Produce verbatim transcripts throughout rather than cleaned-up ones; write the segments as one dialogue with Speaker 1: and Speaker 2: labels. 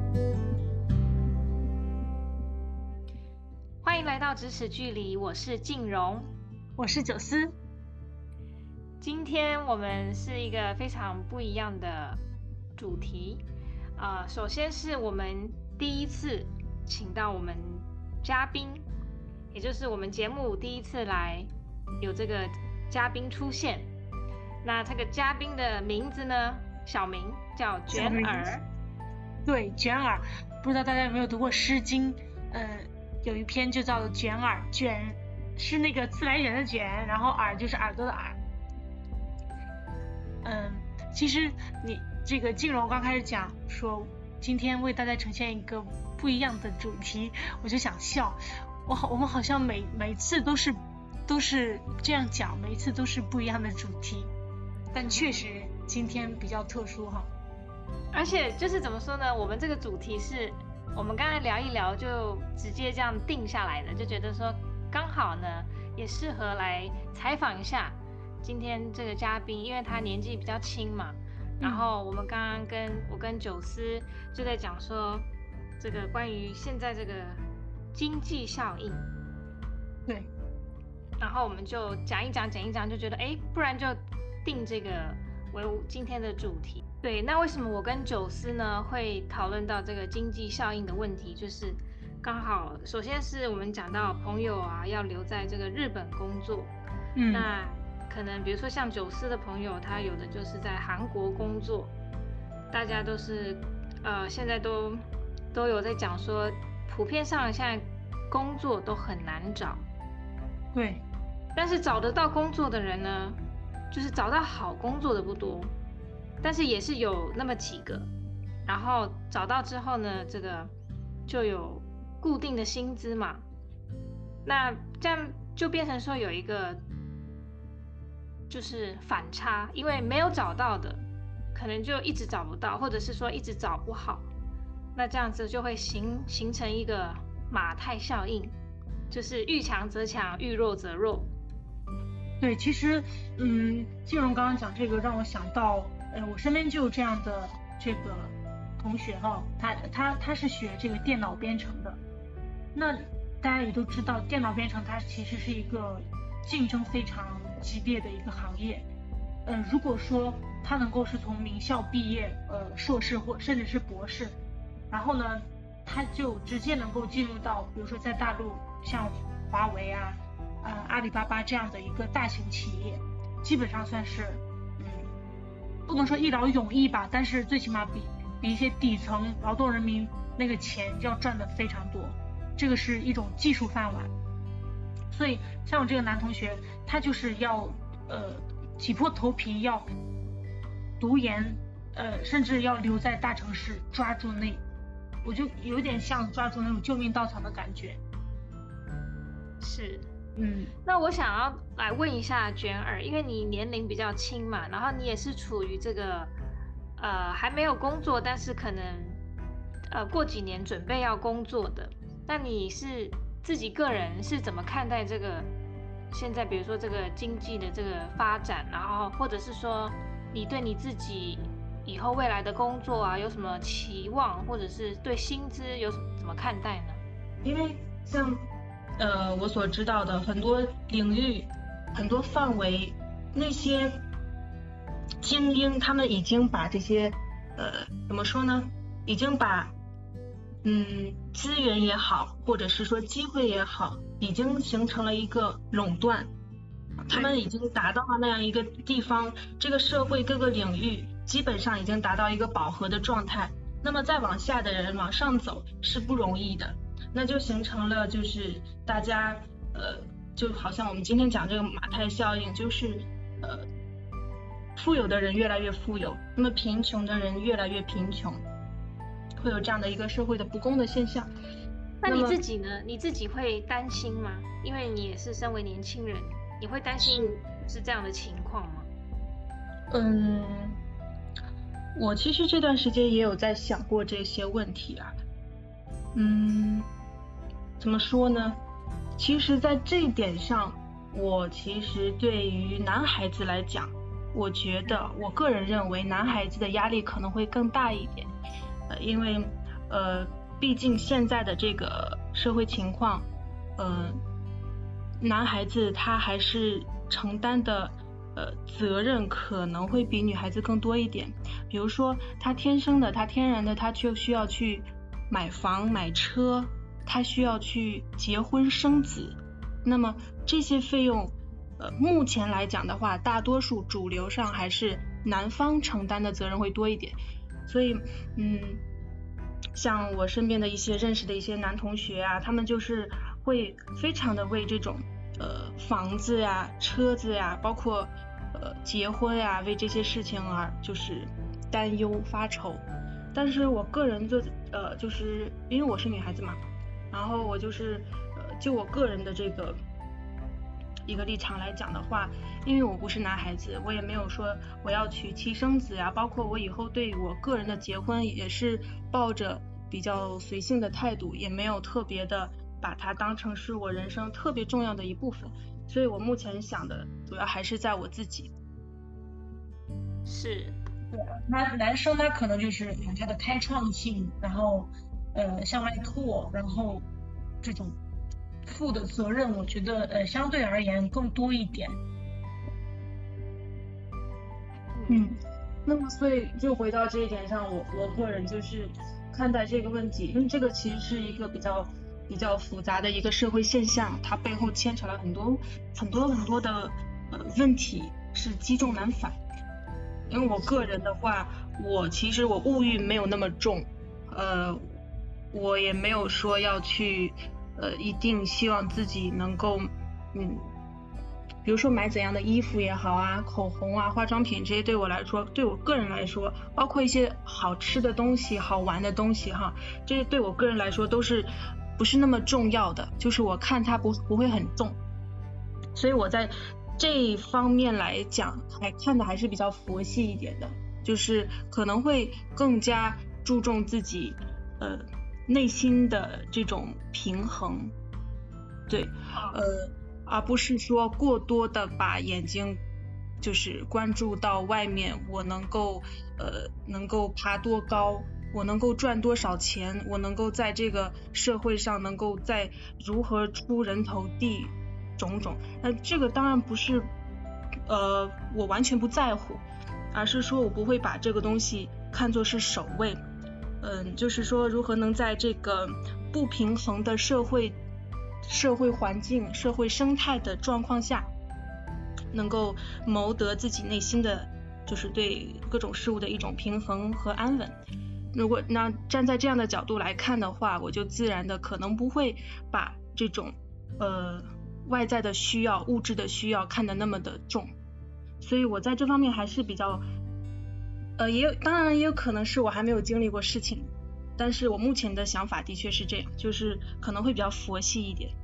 Speaker 1: 欢迎来到咫尺距离，我是静蓉，
Speaker 2: 我是九思。
Speaker 1: 今天我们是一个非常不一样的主题，呃，首先是我们第一次请到我们嘉宾，也就是我们节目第一次来有这个嘉宾出现。那这个嘉宾的名字呢，小名叫卷儿。
Speaker 2: 对，卷儿，不知道大家有没有读过《诗经》？呃，有一篇就叫做《卷耳》，卷是那个自来卷的卷，然后耳就是耳朵的耳。嗯，其实你这个静蓉刚开始讲说今天为大家呈现一个不一样的主题，我就想笑。我好，我们好像每每次都是都是这样讲，每一次都是不一样的主题，但确实今天比较特殊哈。
Speaker 1: 而且就是怎么说呢，我们这个主题是我们刚才聊一聊就直接这样定下来的，就觉得说刚好呢也适合来采访一下今天这个嘉宾，因为他年纪比较轻嘛。然后我们刚刚跟我跟九思就在讲说这个关于现在这个经济效应，
Speaker 2: 对，
Speaker 1: 然后我们就讲一讲讲一讲，就觉得哎，不然就定这个为今天的主题。对，那为什么我跟九思呢会讨论到这个经济效应的问题，就是刚好首先是我们讲到朋友啊要留在这个日本工作，嗯，那可能比如说像九思的朋友，他有的就是在韩国工作，大家都是呃现在都都有在讲说，普遍上现在工作都很难找，
Speaker 2: 对，
Speaker 1: 但是找得到工作的人呢，就是找到好工作的不多，但是也是有那么几个，然后找到之后呢，这个就有固定的薪资嘛，那这样就变成说有一个就是反差，因为没有找到的可能就一直找不到，或者是说一直找不好，那这样子就会形形成一个马太效应，就是遇强则强，遇弱则弱。
Speaker 2: 对，其实嗯，静蓉刚刚讲这个让我想到，呃，我身边就有这样的这个同学哈，他他他是学这个电脑编程的。那大家也都知道，电脑编程它其实是一个竞争非常激烈的一个行业。呃，如果说他能够是从名校毕业，呃，硕士或甚至是博士，然后呢，他就直接能够进入到，比如说在大陆像华为啊。呃，阿里巴巴这样的一个大型企业，基本上算是，嗯，不能说一劳永逸吧，但是最起码比比一些底层劳动人民那个钱要赚的非常多，这个是一种技术饭碗。所以像我这个男同学，他就是要呃挤破头皮要读研，呃，甚至要留在大城市，抓住那，我就有点像抓住那种救命稻草的感觉。
Speaker 1: 是。
Speaker 2: 嗯，
Speaker 1: 那我想要来问一下卷儿，因为你年龄比较轻嘛，然后你也是处于这个呃还没有工作，但是可能呃过几年准备要工作的，那你是自己个人是怎么看待这个现在比如说这个经济的这个发展，然后或者是说你对你自己以后未来的工作啊有什么期望，或者是对薪资有怎么看待呢？
Speaker 3: 因为像呃，我所知道的很多领域、很多范围，那些精英他们已经把这些呃怎么说呢？已经把嗯资源也好，或者是说机会也好，已经形成了一个垄断。他们已经达到了那样一个地方，这个社会各个领域基本上已经达到一个饱和的状态。那么再往下的人往上走是不容易的。那就形成了就是大家呃就好像我们今天讲这个马太效应，就是呃富有的人越来越富有，那么贫穷的人越来越贫穷，会有这样的一个社会的不公的现象。
Speaker 1: 那你自己呢？你自己会担心吗？因为你也是身为年轻人，你会担心是这样的情况吗？
Speaker 3: 嗯，我其实这段时间也有在想过这些问题啊。嗯，怎么说呢？其实在这一点上，我其实对于男孩子来讲，我觉得我个人认为男孩子的压力可能会更大一点，呃，因为呃，毕竟现在的这个社会情况，呃，男孩子他还是承担的呃责任可能会比女孩子更多一点。比如说他天生的，他天然的，他就需要去买房买车，他需要去结婚生子。那么这些费用，呃，目前来讲的话，大多数主流上还是男方承担的责任会多一点。所以，嗯，像我身边的一些认识的一些男同学啊，他们就是会非常的为这种呃房子呀、车子呀，包括呃结婚呀，为这些事情而就是担忧发愁。但是我个人就呃就是因为我是女孩子嘛，然后我就是呃就我个人的这个一个立场来讲的话，因为我不是男孩子，我也没有说我要娶妻生子啊，包括我以后对我个人的结婚也是抱着比较随性的态度，也没有特别的把它当成是我人生特别重要的一部分，所以我目前想的主要还是在我自己。
Speaker 1: 是，
Speaker 2: 对，那男生他可能就是有他的开创性，然后呃向外拓，然后这种负的责任，我觉得呃相对而言更多一点。
Speaker 3: 嗯，那么所以就回到这一点上，我我个人就是看待这个问题，因为这个其实是一个比较比较复杂的一个社会现象，它背后牵扯了很多很多很多的呃问题，是积重难返。因为我个人的话，我其实我物欲没有那么重，呃，我也没有说要去呃一定希望自己能够嗯。比如说买怎样的衣服也好啊，口红啊、化妆品这些，对我来说，对我个人来说，包括一些好吃的东西、好玩的东西哈，这些对我个人来说都是不是那么重要的，就是我看它不不会很重，所以我在这一方面来讲，还看的还是比较佛系一点的，就是可能会更加注重自己呃内心的这种平衡，对，呃。而不是说过多的把眼睛就是关注到外面，我能够呃能够爬多高，我能够赚多少钱，我能够在这个社会上能够在如何出人头地种种。那这个当然不是呃我完全不在乎，而是说我不会把这个东西看作是首位。嗯，就是说如何能在这个不平衡的社会社会环境、社会生态的状况下，能够谋得自己内心的就是对各种事物的一种平衡和安稳。如果那站在这样的角度来看的话，我就自然的可能不会把这种呃外在的需要、物质的需要看得那么的重，所以我在这方面还是比较呃也有当然也有可能是我还没有经历过事情，但是我目前的想法的确是这样，就是可能会比较佛系一点。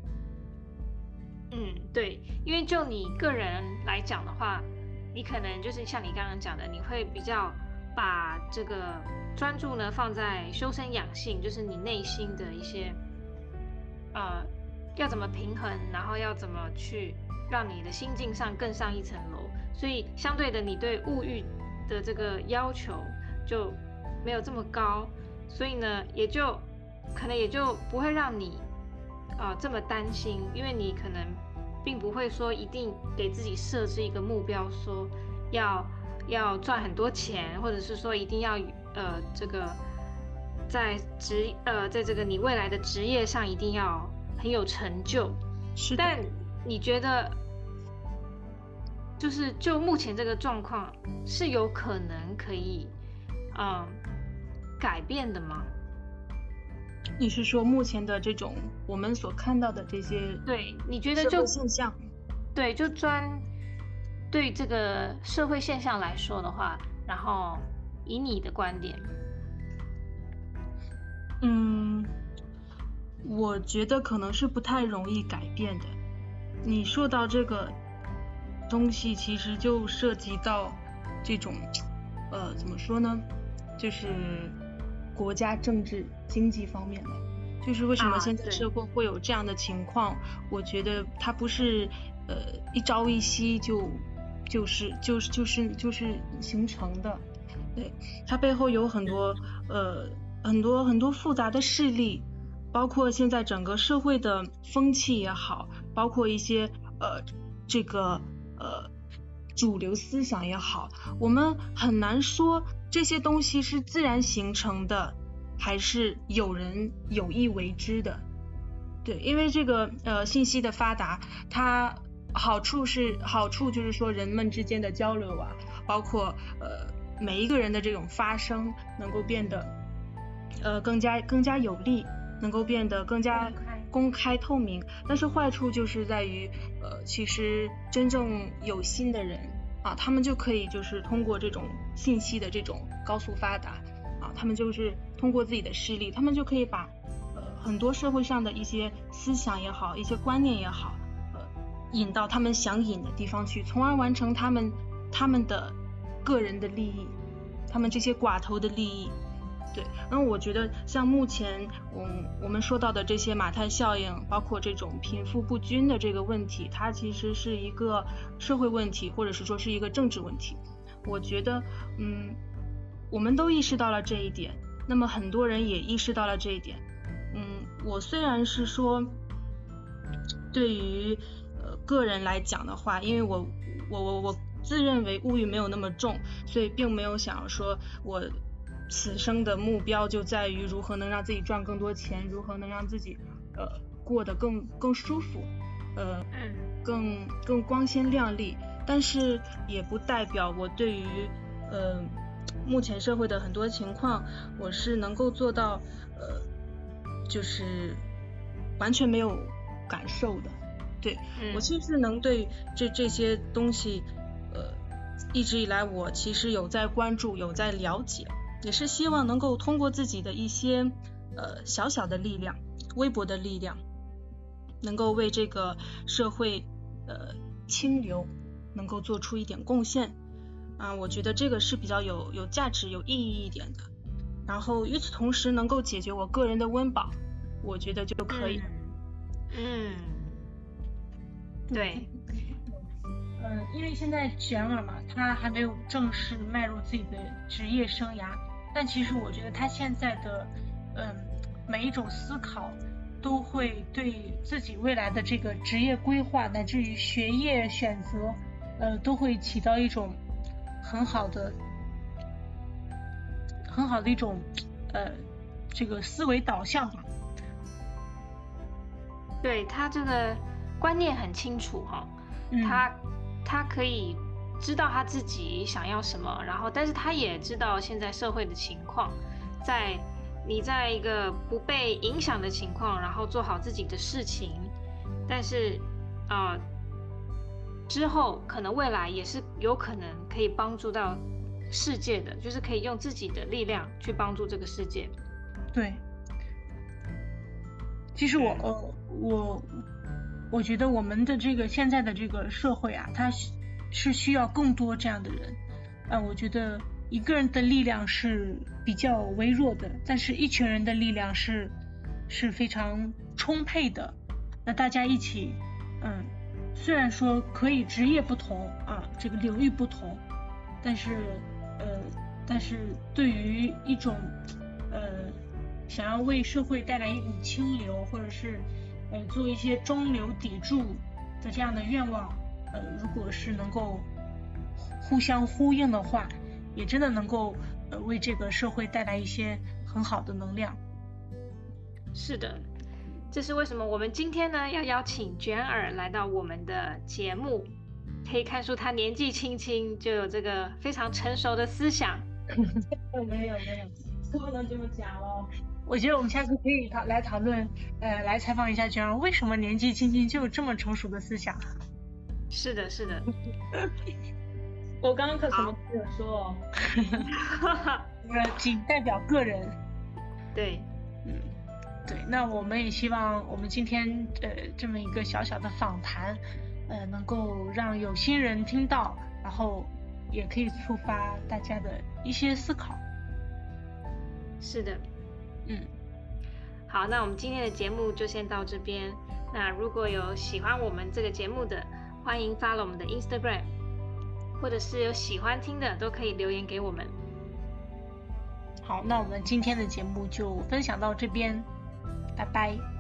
Speaker 1: 嗯，对，因为就你个人来讲的话，你可能就是像你刚刚讲的，你会比较把这个专注呢放在修身养性，就是你内心的一些呃要怎么平衡，然后要怎么去让你的心境上更上一层楼，所以相对的你对物欲的这个要求就没有这么高，所以呢也就可能也就不会让你呃这么担心，因为你可能并不会说一定给自己设置一个目标，说要要赚很多钱，或者是说一定要呃这个在职呃在这个你未来的职业上一定要很有成就。
Speaker 3: 是的。
Speaker 1: 但你觉得就是就目前这个状况是有可能可以嗯改变的吗？
Speaker 3: 你是说目前的这种我们所看到的这些
Speaker 1: 对，你觉得就
Speaker 3: 现象？
Speaker 1: 对，就专对这个社会现象来说的话，然后以你的观点，
Speaker 3: 嗯，我觉得可能是不太容易改变的。你说到这个东西，其实就涉及到这种呃怎么说呢，就是国家政治经济方面的，就是为什么现在社会会有这样的情况，啊、我觉得它不是呃一朝一夕就就是就是就是就是形成的，对，它背后有很多呃很多很多复杂的势力，包括现在整个社会的风气也好，包括一些呃这个呃主流思想也好，我们很难说这些东西是自然形成的，还是有人有意为之的。对，因为这个呃信息的发达，它好处是好处就是说人们之间的交流啊，包括呃每一个人的这种发声能够变得呃更加更加有力，能够变得更加公开透明。但是坏处就是在于呃其实真正有心的人啊，他们就可以就是通过这种信息的这种高速发达啊，他们就是通过自己的势力，他们就可以把呃很多社会上的一些思想也好，一些观念也好，呃引到他们想引的地方去，从而完成他们他们的个人的利益，他们这些寡头的利益。对，那我觉得像目前我我们说到的这些马太效应，包括这种贫富不均的这个问题，它其实是一个社会问题，或者是说是一个政治问题。我觉得嗯我们都意识到了这一点，那么很多人也意识到了这一点。嗯我虽然是说对于呃个人来讲的话，因为我我我我自认为物欲没有那么重，所以并没有想要说我此生的目标就在于如何能让自己赚更多钱，如何能让自己呃过得更更舒服，呃更更光鲜亮丽。但是也不代表我对于呃目前社会的很多情况我是能够做到呃就是完全没有感受的。对、嗯、我其实能对这这些东西呃一直以来我其实有在关注，有在了解，也是希望能够通过自己的一些呃小小的力量，微薄的力量，能够为这个社会呃清流能够做出一点贡献啊，我觉得这个是比较有有价值有意义一点的。然后与此同时能够解决我个人的温饱，我觉得就可以。
Speaker 1: 嗯，嗯对。
Speaker 2: 嗯，因为现在卷儿嘛，他还没有正式迈入自己的职业生涯，但其实我觉得他现在的嗯每一种思考都会对自己未来的这个职业规划乃至于学业选择呃都会起到一种很好的很好的一种呃这个思维导向吧。
Speaker 1: 对，他这个观念很清楚哈、哦嗯，他他可以知道他自己想要什么，然后但是他也知道现在社会的情况，在你在一个不被影响的情况，然后做好自己的事情，但是呃之后可能未来也是有可能可以帮助到世界的，就是可以用自己的力量去帮助这个世界。
Speaker 2: 对，其实我呃我我觉得我们的这个现在的这个社会啊，它是需要更多这样的人。呃，我觉得一个人的力量是比较微弱的，但是一群人的力量是是非常充沛的。那大家一起，嗯，虽然说可以职业不同啊，这个领域不同，但是呃，但是对于一种呃想要为社会带来一股清流，或者是呃做一些中流砥柱的这样的愿望，呃，如果是能够互相呼应的话，也真的能够呃为这个社会带来一些很好的能量。
Speaker 1: 是的，这是为什么我们今天呢要邀请卷儿来到我们的节目。可以看出他年纪轻轻就有这个非常成熟的思想。
Speaker 2: 没有没有，不能这么讲哦。我觉得我们下次可以讨来讨论，呃，来采访一下卷儿，为什么年纪轻轻就有这么成熟的思想？
Speaker 1: 是的，是的。
Speaker 3: 我刚刚可什么都没有说哦。
Speaker 2: 呃，仅代表个人。
Speaker 1: 对，
Speaker 2: 嗯，对。那我们也希望我们今天呃这么一个小小的访谈，呃，能够让有心人听到，然后也可以触发大家的一些思考。
Speaker 1: 是的。
Speaker 2: 嗯，
Speaker 1: 好，那我们今天的节目就先到这边。那如果有喜欢我们这个节目的，欢迎 follow 我们的 Instagram， 或者是有喜欢听的都可以留言给我们。
Speaker 2: 好，那我们今天的节目就分享到这边，拜拜。